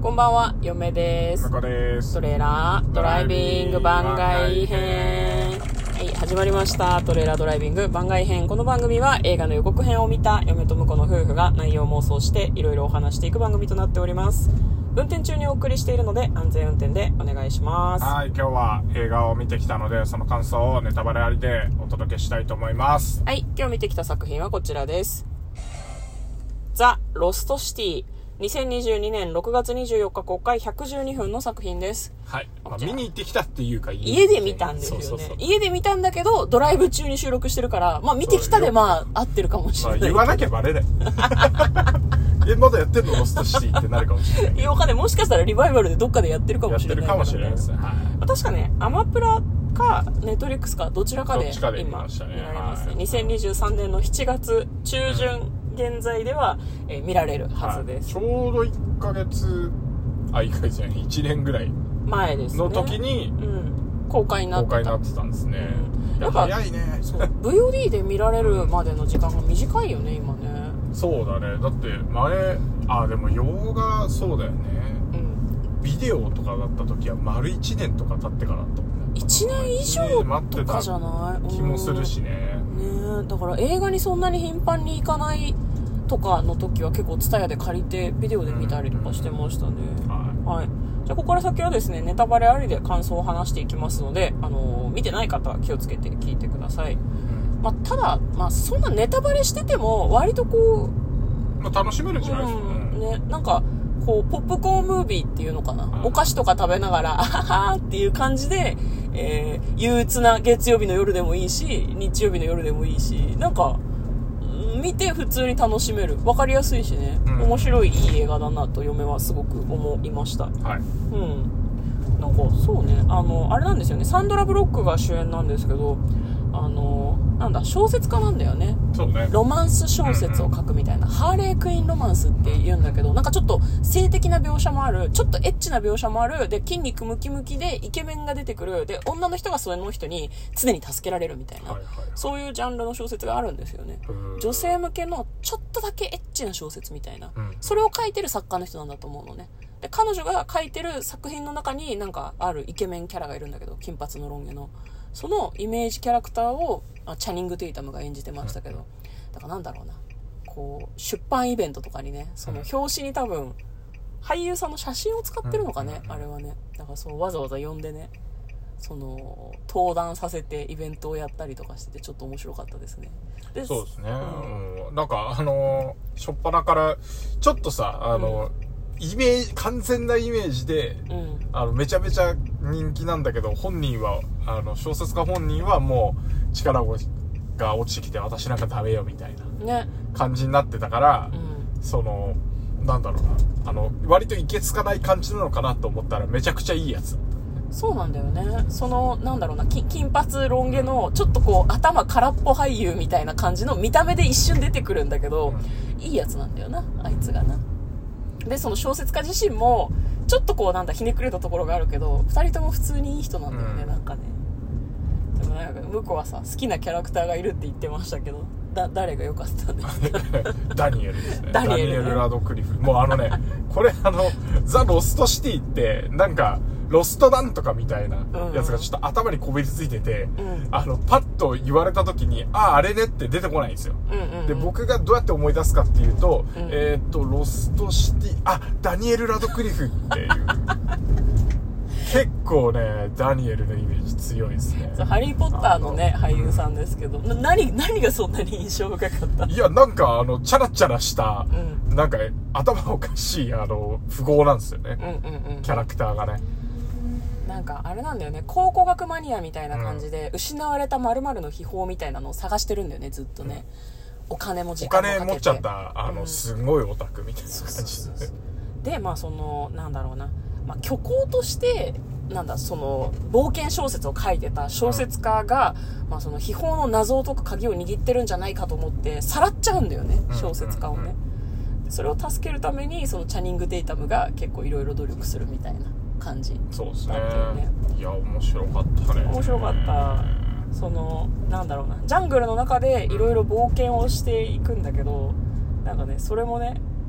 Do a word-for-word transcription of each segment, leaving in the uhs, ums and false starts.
こんばんは、嫁です。 向こうです。 トレーラードライビング番外編。はい、始まりました。トレーラードライビング番外編。この番組は映画の予告編を見た嫁と婿の夫婦が内容妄想していろいろお話していく番組となっております。運転中にお送りしているので安全運転でお願いします。 はい、今日は映画を見てきたので、その感想をネタバレありでお届けしたいと思います。 はい、今日見てきた作品はこちらです。ザ・ロストシティ。にせんにじゅうにねんろくがつにじゅうよっか公開ひゃくじゅうにふんの作品です。 はい、まあ、見に行ってきたっていうか家で見たんですよね。そうそうそう、家で見たんだけどドライブ中に収録してるから、まあ見てきたでまあ合ってるかもしれない、 まあ、言わなきゃバレないえ、まだやってんのロストシティってなるかもしれない。 いや、わかんない。もしかしたらリバイバルでどっかでやってるかもしれない、 やってるかもしれないですね、はい、 確かねアマプラかネットフリックスかどちらかで今見られますね。 はい、 にせんにじゅうさんねんのしちがつ中旬、うん現在では、えー、見られるはずです、 はい、ちょうどいっかげつあいっかげつじゃないいちねんぐらい前ですねの時に、 うん、公開になってた公開になってたんですね、うん、やっぱ早いね。 そう ブイオーディー で見られるまでの時間が短いよね今ね。 そうだね。だって前あでも洋画そうだよね、うん、ビデオとかだった時は丸いちねんとか経ってからだったもんね。 いちねん以上とかじゃない気もするしね。 ね、だから映画にそんなに頻繁に行かないとかの時は結構TSUTAYAで借りてビデオで見たりとかしてましたね、うん、はい、はい、じゃあここから先はですねネタバレありで感想を話していきますので、あのー、見てない方は気をつけて聞いてください、うんまあ、ただ、まあ、そんなネタバレしてても割とこう、まあ、楽しめるんじゃないですかね、 うん、ね、なんかこうポップコーンムービーっていうのかな、お菓子とか食べながらあははっていう感じで、えー、憂鬱な月曜日の夜でもいいし日曜日の夜でもいいし、なんか見て普通に楽しめる、分かりやすいしね、うん、面白いいい映画だなと嫁はすごく思いました、 はい、 うん、なんかそうね、あのあれなんですよね、サンドラ・ブロックが主演なんですけど、あのなんだ小説家なんだよね。 そうね、 ロマンス小説を書くみたいな、うんうん、ハーレークイーンロマンスって言うんだけど、なんかちょっと性的な描写もある、ちょっとエッチな描写もある、で筋肉ムキムキでイケメンが出てくる、で女の人がその人に常に助けられるみたいな、はいはいはい、そういうジャンルの小説があるんですよね。女性向けのちょっとだけエッチな小説みたいな、うん、それを書いてる作家の人なんだと思うのね。で彼女が書いてる作品の中になんかあるイケメンキャラがいるんだけど、金髪のロン毛のそのイメージキャラクターをチャニング・テイタムが演じてましたけど、だからなんだろうな、こう出版イベントとかにね、その表紙に多分俳優さんの写真を使ってるのかね、あれはね。だからそうわざわざ呼んでね、その登壇させてイベントをやったりとかしてて、ちょっと面白かったですね。でそうですね、うん、なんかあの初っ端からちょっとさあの、うんイメージ完全なイメージで、うん、あのめちゃめちゃ人気なんだけど、本人はあの小説家本人はもう力が落ちてきて私なんかダメよみたいな感じになってたから、ねうん、そのなんだろうな、あの割といけつかない感じなのかなと思ったらめちゃくちゃいいやつ。 そうなんだよね。そのなんだろうな、金髪ロン毛のちょっとこう頭空っぽ俳優みたいな感じの見た目で一瞬出てくるんだけど、うん、いいやつなんだよなあいつがな。でその小説家自身もちょっとこうなんだひねくれたところがあるけど、ふたりとも普通にいい人なんだよね、うん、なんかね。でもなんか向こうはさ好きなキャラクターがいるって言ってましたけど、だ誰が良かったんですかダニエルですね。 ダニエル、ね、 ダニエル・ラドクリフ。もうあのねこれあのザ・ロストシティってなんかロストなんとかみたいなやつがちょっと頭にこびりついてて、うん、あのパッと言われた時にあああれねって出てこないんですよ、うんうんうん、で僕がどうやって思い出すかっていうと、うん、えー、っとロストシティあダニエル・ラドクリフっていう結構ねダニエルのイメージ強いですね。 ハリーポッターのね俳優さんですけど、うん、何何がそんなに印象深かった？ いやなんかあのチャラチャラした、うん、なんか頭おかしいあの富豪なんですよね、うんうんうん、キャラクターがね。 なんかあれなんだよね、考古学マニアみたいな感じで、うん、失われた〇〇の秘宝みたいなのを探してるんだよねずっとね、うん、お金も時間もかけてお金持っちゃったあの、うん、すごいオタクみたいな感じで、そうそうそうでまあそのなんだろうな、まあ、虚構としてなんだその冒険小説を書いてた小説家が、うんまあ、その秘宝の謎を解く鍵を握ってるんじゃないかと思ってさらっちゃうんだよね小説家をね、うんうんうん、それを助けるためにそのチャニング・テイタムが結構いろいろ努力するみたいな感じだったよね。 そうですね。いや面白かったね。 面白かった。そのなんだろうな、ジャングルの中でいろいろ冒険をしていくんだけど、なんかねそれもね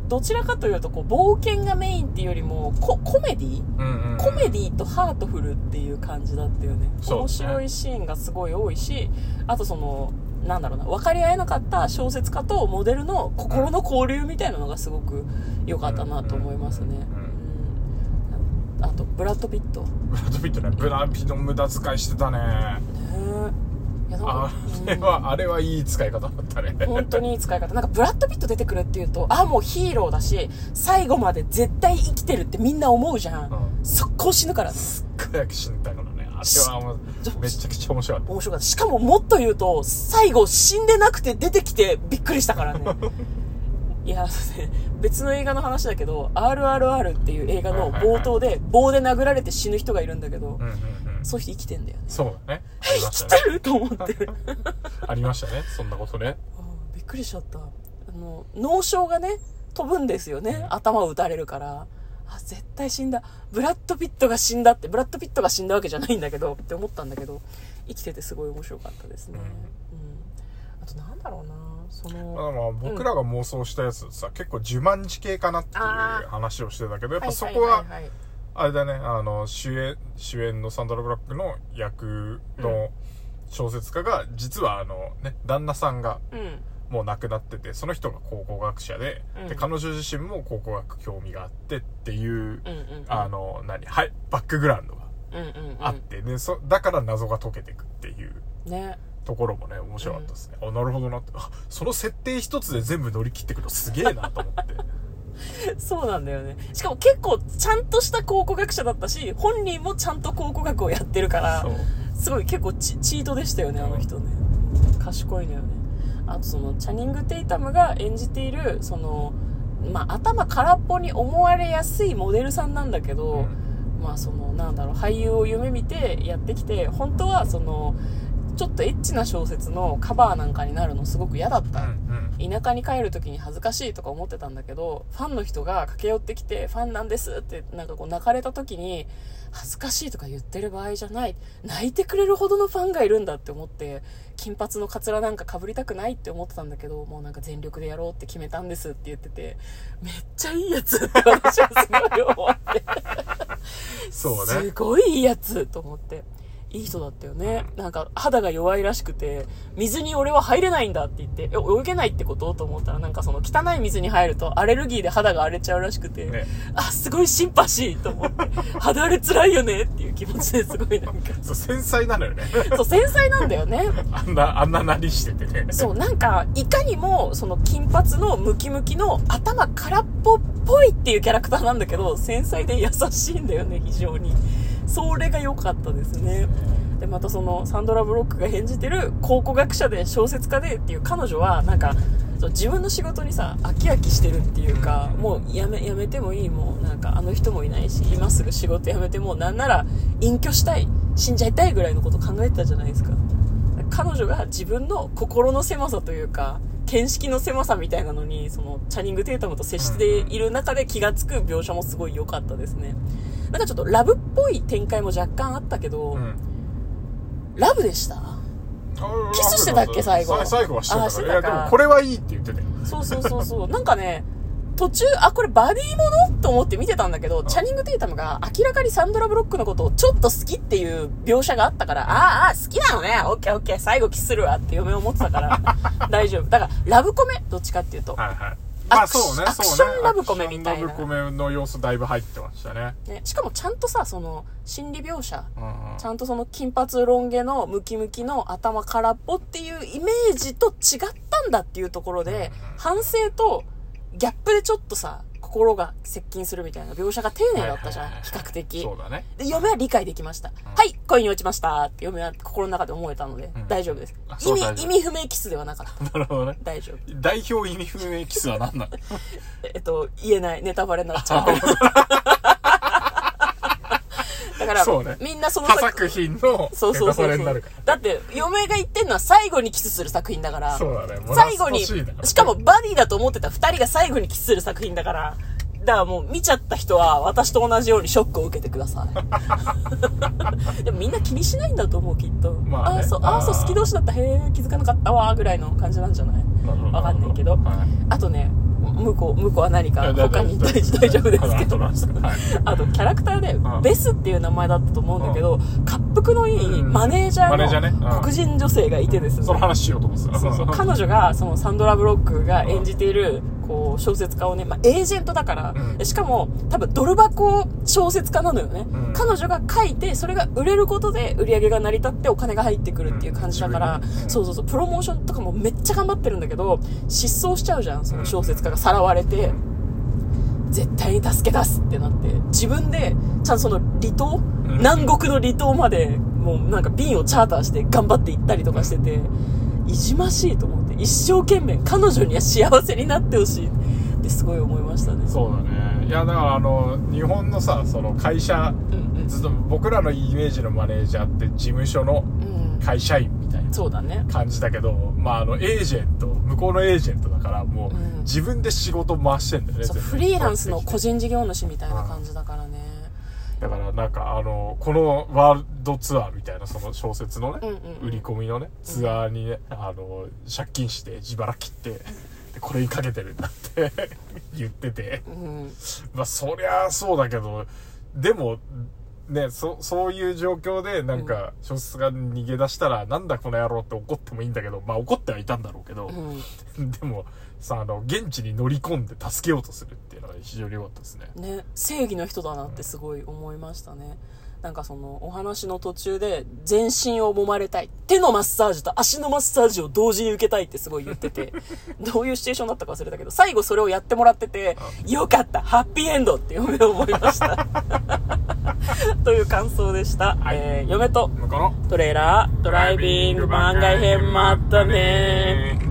どちらかというとこう冒険がメインっていうよりもココメディ、 うんうん、 コメディとハートフルっていう感じだったよね。面白いシーンがすごい多いし、あとそのなんだろうな、分かり合えなかった小説家とモデルの心の交流みたいなのがすごく良かったなと思いますね。あとブラッド・ピットブラッド・ピットね、ブラピの無駄遣いしてたね。ねいやなんかあれは、うん、あれはいい使い方だったね。 本当にいい使い方。なんかブラッド・ピット出てくるっていうと、あ、もうヒーローだし最後まで絶対生きてるってみんな思うじゃん、うん、速攻死ぬから。 すっごい死んだからね。あれはもうめちゃくちゃ面白かった。 面白かった。しかももっと言うと最後死んでなくて出てきてびっくりしたからね。いや、別の映画の話だけど アールアールアール っていう映画の冒頭で棒で殴られて死ぬ人がいるんだけど、うんうんうん、そういう人生きてんだよね。 そうだね。 生きてると思ってる。 ありましたね、そんなことね。 びっくりしちゃった。あの脳症がね飛ぶんですよね、うん、頭を打たれるから。あ、絶対死んだ、ブラッド・ピットが死んだって、ブラッド・ピットが死んだわけじゃないんだけどって思ったんだけど、生きててすごい面白かったですね。うんうん、あとなんだろうな、その、 まあ、まあ僕らが妄想したやつさ、うん、結構ジュマンジ系かなっていう話をしてたけど、やっぱそこはあれだね、あの主演主演のサンドラ・ブラックの役の小説家が実はあのね、旦那さんが、うんもう亡くなってて、その人が考古学者 で,、うん、で彼女自身も考古学興味があってっていう、うんうんうん、あの何はいバックグラウンドがあって、うんうんうん、でそだから謎が解けていくっていう、ね、ところもね面白かったですね、うん、あなるほどなって、あその設定一つで全部乗り切ってくるのすげえなと思ってそうなんだよね。しかも結構ちゃんとした考古学者だったし、本人もちゃんと考古学をやってるからすごい結構 チ, チートでしたよね、あの人ね。賢いのよね。あとそのチャニング・テイタムが演じているその、まあ、頭空っぽに思われやすいモデルさんなんだけど、うん、まあそのなんだろう、俳優を夢見てやってきて、本当はそのちょっとエッチな小説のカバーなんかになるのすごく嫌だった、うんうん、田舎に帰る時に恥ずかしいとか思ってたんだけど、ファンの人が駆け寄ってきてファンなんですってなんかこう泣かれた時に、恥ずかしいとか言ってる場合じゃない、泣いてくれるほどのファンがいるんだって思って、金髪のカツラなんか被りたくないって思ってたんだけど、もうなんか全力でやろうって決めたんですって言ってて、めっちゃいいやつって私はすごい思ってそうね、 すごいいいやつと思って、いい人だったよね。なんか肌が弱いらしくて、水に俺は入れないんだって言って、泳げないってことと思ったら、なんかその汚い水に入るとアレルギーで肌が荒れちゃうらしくて、ね、あ、すごいシンパシーと思って、肌荒れ辛いよねっていう気持ちですごいなんかそう繊細なのよね。 そう繊細なんだよね。 あんなあんななりしててね。 そうなんかいかにもその金髪のムキムキの頭空っぽっぽいっていうキャラクターなんだけど、繊細で優しいんだよね、非常に。それが良かったですね。でまたそのサンドラ・ブロックが演じてる考古学者で小説家でっていう彼女はなんか自分の仕事にさ飽き飽きしてるっていうか、もうやめやめてもいい、もうなんかあの人もいないし今すぐ仕事辞めてもうなんなら隠居したい、死んじゃいたいぐらいのこと考えてたじゃないですか。彼女が自分の心の狭さというか見識の狭さみたいなのにそのチャニング・テイタムと接している中で気がつく描写もすごい良かったですね。なんかちょっとラブっぽい展開も若干あったけど、うん、ラブでした？キスしてたっけ最後？ 最後はしてたから。いやでもこれはいいって言ってたよ。 そうそうそうそう。なんかね途中あこれバディものと思って見てたんだけど、チャニング・テイタムが明らかにサンドラ・ブロックのことをちょっと好きっていう描写があったから、ああ好きなのね、オッケーオッケー最後キスするわって嫁を思ってたから大丈夫。だからラブコメどっちかっていうと。はいはい。まあそうね、アクションラブコメみたいな。 ラブコメの要素だいぶ入ってましたね。 ね、しかもちゃんとさ、その心理描写、うんうん、ちゃんとその金髪ロン毛のムキムキの頭空っぽっていうイメージと違ったんだっていうところで、うんうん、反省とギャップでちょっとさ、心が接近するみたいな描写が丁寧だったじゃん、はいはいはい、比較的。 そうだね。 で、嫁は理解できました。うん、はい、恋に落ちましたって嫁は心の中で思えたので、うん、大丈夫です。意味、意味不明キスではなかった。 なるほどね。 大丈夫。 代表意味不明キスは何なの？ えっと、言えない。ネタバレになっちゃう。だから、ね、みんなその作, 作品のネタバレになるから。 だって、嫁が言ってんのは最後にキスする作品だから。 そうだね。 最後に、しかもバディだと思ってた二人が最後にキスする作品だから。だからもう見ちゃった人は私と同じようにショックを受けてください。でもみんな気にしないんだと思う、きっと。まあ、ね、ああ、そう、ああ、そう、好き同士だった。へえ、気づかなかったわ、ぐらいの感じなんじゃない？わかんないけど。はい、あとね、 向こう向こうは何か他に大大丈夫ですけどあとキャラクターでベスっていう名前だったと思うんだけど、滑腹のいいマネージャーの黒人女性がいてですね、 その話しようと思ってた。 そうそう彼女がそのサンドラ・ブロックが演じているこう小説家をね、まあ、エージェントだから、うん、しかも多分ドル箱小説家なのよね、うん、彼女が書いてそれが売れることで売り上げが成り立ってお金が入ってくるっていう感じだから、うん、そうそうそうプロモーションとかもめっちゃ頑張ってるんだけど失踪しちゃうじゃん、その小説家がさらわれて、絶対に助け出すってなって自分でちゃんとその離島、うん、南国の離島までもうなんか便をチャーターして頑張って行ったりとかしてて、いじましいと思って、一生懸命彼女には幸せになってほしいってすごい思いましたね。 そうだね。いやだからあの日本のさその会社、うんうん、ずっと僕らのイメージのマネージャーって事務所の会社員みたいな感じだけど、うん、まああのエージェント向こうのエージェントだからもう、うん、自分で仕事回してんだよね。 そうフリーランスの個人事業主みたいな感じだからね。 だからなんかあのこのワールドツアーみたいなその小説のね、うんうんうん、売り込みのねツアーにね、うん、あの借金して自腹切ってでこれにかけてるんだって言ってて、うん、まあそりゃそうだけどでもねそそういう状況でなんか小説が逃げ出したら、うん、なんだこの野郎って怒ってもいいんだけど、まあ怒ってはいたんだろうけど、うん、でもさあの現地に乗り込んで助けようとするっていうのが非常に良かったですね。 ね、正義の人だなってすごい思いましたね。なんかそのお話の途中で全身を揉まれたい、手のマッサージと足のマッサージを同時に受けたいってすごい言っててどういうシチュエーションだったか忘れたけど最後それをやってもらっててよかったハッピーエンドって嫁は思いましたという感想でした、はいえー、嫁とトレーラードライビング番外編もあったね。